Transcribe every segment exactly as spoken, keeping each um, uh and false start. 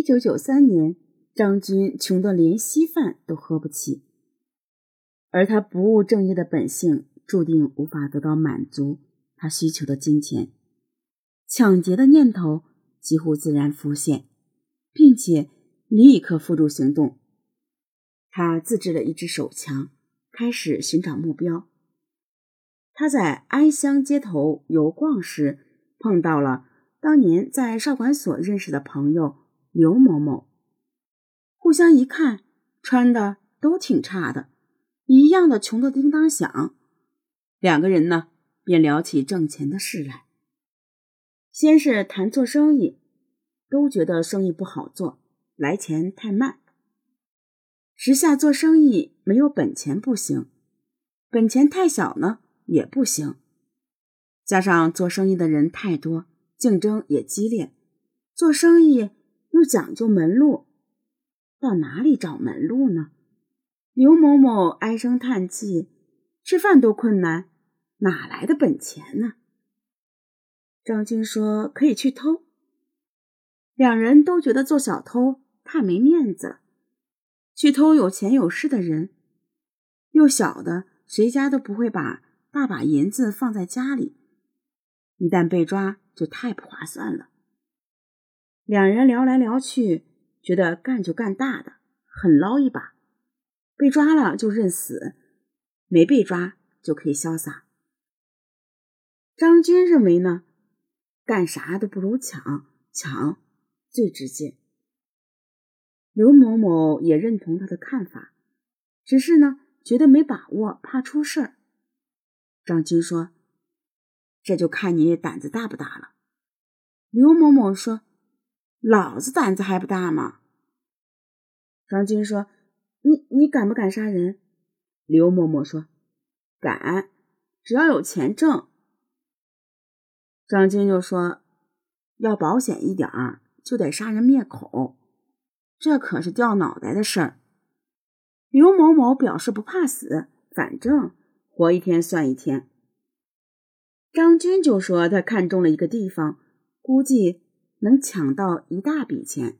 九九三年，张军穷得连稀饭都喝不起，而他不务正业的本性注定无法得到满足他需求的金钱，抢劫的念头几乎自然浮现，并且立刻付诸行动。他自制了一支手枪，开始寻找目标。他在安乡街头游逛时，碰到了当年在少管所认识的朋友刘某某。互相一看，穿的都挺差的，一样的穷得叮当响。两个人呢，便聊起挣钱的事来。先是谈做生意，都觉得生意不好做，来钱太慢。时下做生意没有本钱不行，本钱太小呢也不行，加上做生意的人太多，竞争也激烈，做生意又讲究门路，到哪里找门路呢？刘某某唉声叹气，吃饭都困难，哪来的本钱呢？张军说可以去偷。两人都觉得做小偷太没面子，去偷有钱有势的人，又晓得谁家都不会把大把银子放在家里，一旦被抓就太不划算了。两人聊来聊去，觉得干就干大的，狠捞一把，被抓了就认死，没被抓就可以潇洒。张军认为呢，干啥都不如抢，抢最直接。刘某某也认同他的看法，只是呢觉得没把握，怕出事儿。张军说，这就看你胆子大不大了。刘某某说，老子胆子还不大吗？张军说，你你敢不敢杀人？刘某某说，敢，只要有钱挣。张军就说，要保险一点儿，就得杀人灭口，这可是掉脑袋的事儿。刘某某表示不怕死，反正活一天算一天。张军就说他看中了一个地方，估计能抢到一大笔钱。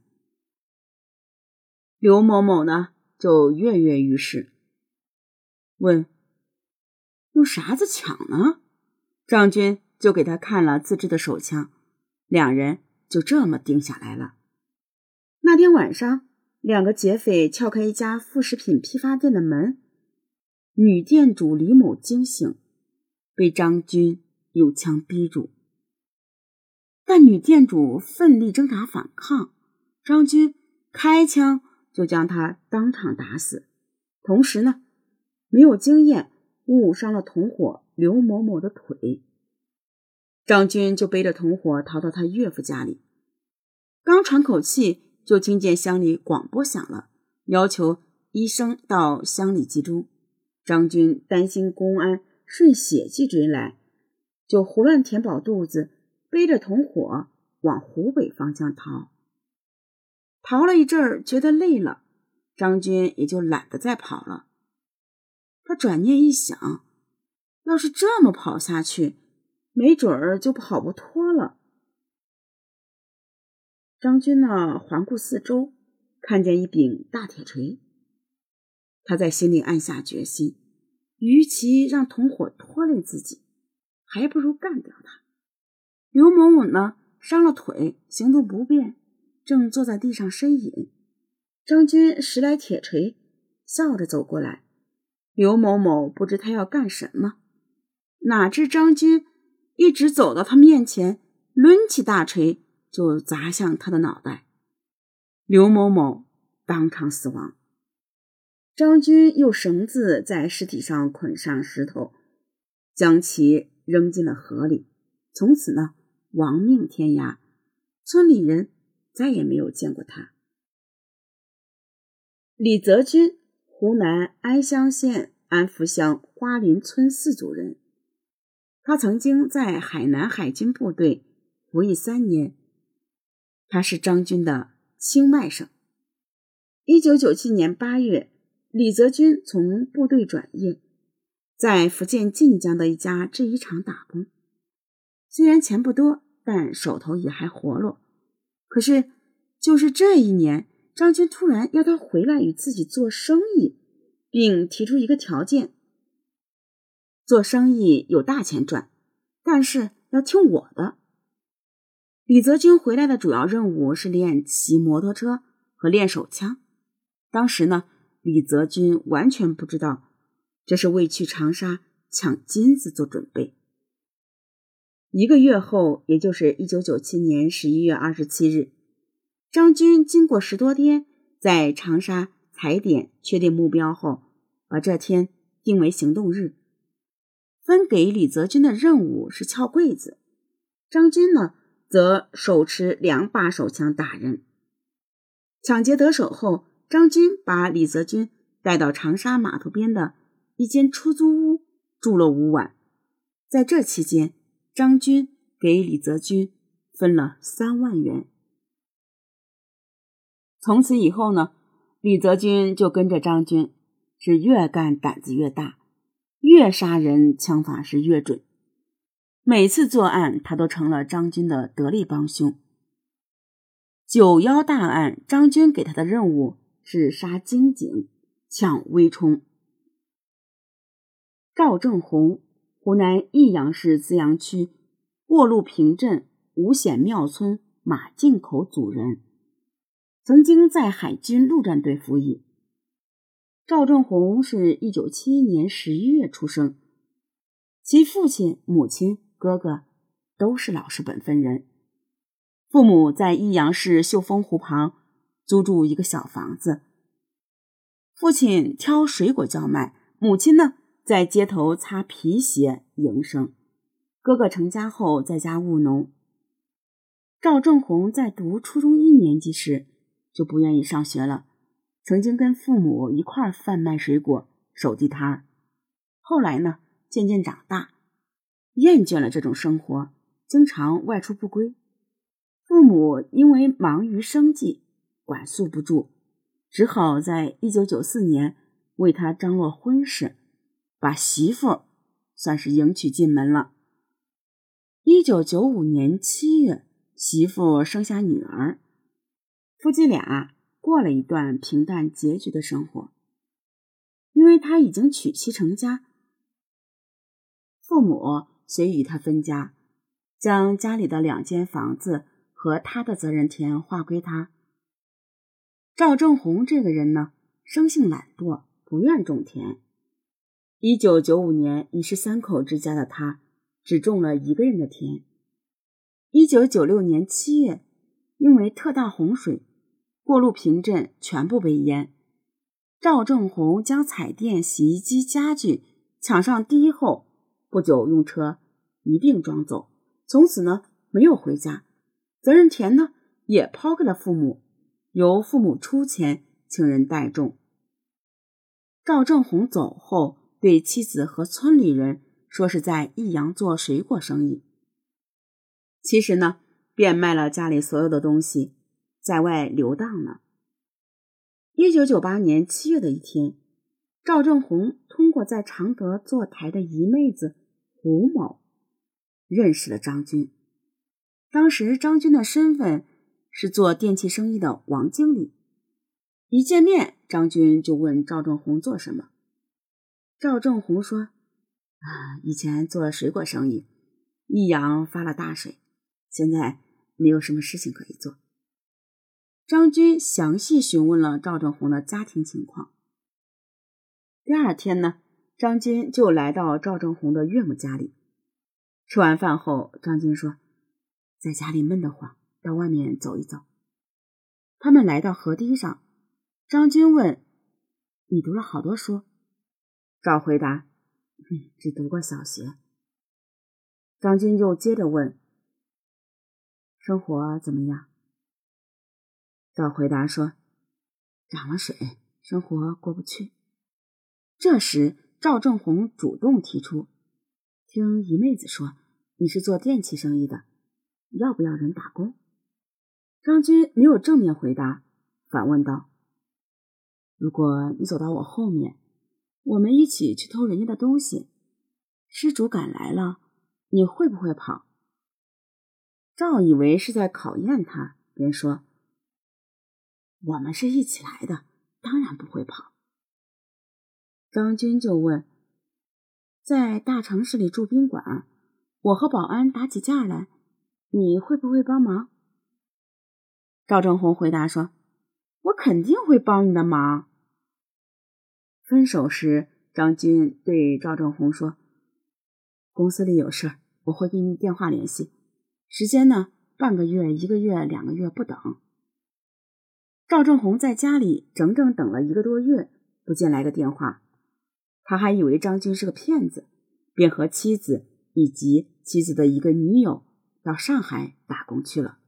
刘某某呢就跃跃欲试，问用啥子抢呢？张军就给他看了自制的手枪，两人就这么定下来了。那天晚上，两个劫匪撬开一家副食品批发店的门，女店主李某惊醒，被张军用枪逼住，但女店主奋力挣扎反抗，张军开枪就将她当场打死，同时呢，没有经验误伤了同伙刘某某的腿。张军就背着同伙逃到他岳父家里，刚喘口气，就听见乡里广播响了，要求医生到乡里集中。张军担心公安顺血迹追来，就胡乱填饱肚子，背着同伙往湖北方向逃。逃了一阵儿，觉得累了，张军也就懒得再跑了。他转念一想，要是这么跑下去，没准儿就跑不脱了。张军呢，环顾四周，看见一柄大铁锤，他在心里暗下决心，与其让同伙拖累自己，还不如干掉他。刘某某呢，伤了腿，行动不便，正坐在地上呻吟。张军拾来铁锤，笑着走过来。刘某某不知他要干什么，哪知张军一直走到他面前，抡起大锤就砸向他的脑袋。刘某某当场死亡。张军用绳子在尸体上捆上石头，将其扔进了河里，从此呢，亡命天涯，村里人再也没有见过他。李泽军，湖南安乡县安福乡花林村四组人，他曾经在海南海军部队服役三年，他是张军的亲外甥。一九九七年八月，李泽军从部队转业，在福建晋江的一家制衣厂打工。虽然钱不多，但手头也还活络。可是就是这一年，张军突然要他回来与自己做生意，并提出一个条件：做生意有大钱赚，但是要听我的。李泽钧回来的主要任务是练骑摩托车和练手枪。当时呢，李泽钧完全不知道这是为去长沙抢金子做准备。一个月后，也就是一九九七年十一月二十七日，张军经过十多天在长沙踩点确定目标后，把这天定为行动日。分给李泽钧的任务是撬柜子，张军呢则手持两把手枪打人。抢劫得手后，张军把李泽钧带到长沙码头边的一间出租屋住了五晚。在这期间，张军给李泽钧分了三万元。从此以后呢，李泽钧就跟着张军，是越干胆子越大，越杀人枪法是越准。每次作案，他都成了张军的得力帮凶。九幺大案，张军给他的任务是杀金井，抢微冲。赵正红，湖南益阳市资阳区过路坪镇五显庙村马进口组人，曾经在海军陆战队服役。赵正红是一九七一年十一月出生，其父亲、母亲、哥哥都是老实本分人。父母在益阳市秀峰湖旁租住一个小房子，父亲挑水果叫卖，母亲呢在街头擦皮鞋营生。哥哥成家后在家务农。赵正红在读初中一年级时就不愿意上学了，曾经跟父母一块儿贩卖水果，守地摊儿。后来呢，渐渐长大，厌倦了这种生活，经常外出不归。父母因为忙于生计，管束不住，只好在一九九四年为他张罗婚事，把媳妇算是迎娶进门了。一九九五年七月，媳妇生下女儿，夫妻俩过了一段平淡拮据的生活。因为他已经娶妻成家，父母遂与他分家，将家里的两间房子和他的责任田划归他。赵正红这个人呢，生性懒惰，不愿种田。一九九五年，已是三口之家的他，只种了一个人的田。一九九六年七月，因为特大洪水，过路坪镇全部被淹。赵正红将彩电、洗衣机、家具抢上堤后，不久用车一并装走，从此呢没有回家。责任田呢也抛给了父母，由父母出钱请人代种。赵正红走后，对妻子和村里人说是在益阳做水果生意，其实呢变卖了家里所有的东西，在外游荡呢。一九九八年七月的一天，赵正红通过在常德坐台的姨妹子胡某认识了张军。当时张军的身份是做电器生意的王经理。一见面，张军就问赵正红做什么。赵正红说：啊，以前做水果生意，益阳发了大水，现在没有什么事情可以做。张军详细询问了赵正红的家庭情况。第二天呢，张军就来到赵正红的岳母家里。吃完饭后，张军说：在家里闷得慌，到外面走一走。他们来到河堤上，张军问：你读了好多书？赵回答：嗯，只读过小学。张军又接着问：生活怎么样？赵回答说：涨了水，生活过不去。这时赵正红主动提出：听姨妹子说你是做电器生意的，要不要人打工？张军没有正面回答，反问道：如果你走到我后面，我们一起去偷人家的东西，失主赶来了，你会不会跑？赵以为是在考验他，便说： 我们是一起来的，当然不会跑。张军就问，在大城市里住宾馆，我和保安打起架来，你会不会帮忙？赵正红回答说，我肯定会帮你的忙。分手时，张军对赵正红说，公司里有事，我会给你电话联系，时间呢，半个月、一个月、两个月不等。赵正红在家里整整等了一个多月，不见来个电话，他还以为张军是个骗子，便和妻子以及妻子的一个女友到上海打工去了。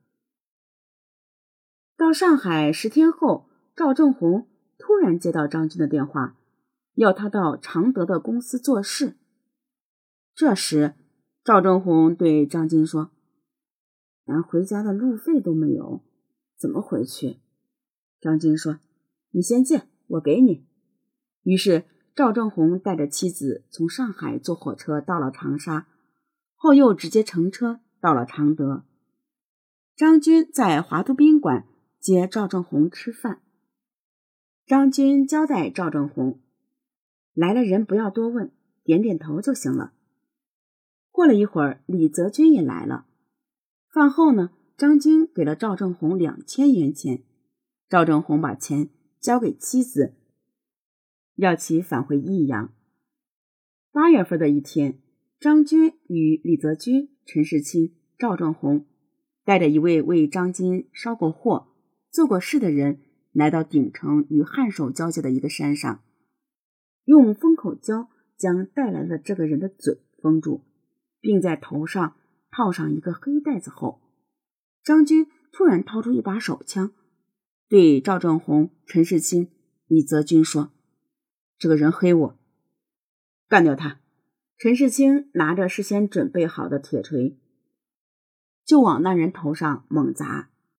到上海十天后，赵正红突然接到张军的电话，要他到常德的公司做事。这时，赵正红对张军说，连回家的路费都没有，怎么回去？张军说，你先借，我给你。于是赵正红带着妻子从上海坐火车到了长沙，后又直接乘车到了常德。张军在华都宾馆接赵正红吃饭。张军交代赵正红，来了人不要多问，点点头就行了。过了一会儿，李泽军也来了。饭后呢，张军给了赵正红两千元钱，赵正红把钱交给妻子，要其返回益阳。八月份的一天，张军与李泽军、陈世清、赵正红带着一位为张军烧过货、做过事的人，来到鼎城与汉首交界的一个山上，用封口胶将带来的这个人的嘴封住，并在头上套上一个黑带子后，张军突然掏出一把手枪，对赵正红、陈世清、李泽军说，这个人黑我，干掉他。陈世清拿着事先准备好的铁锤，就往那人头上猛砸。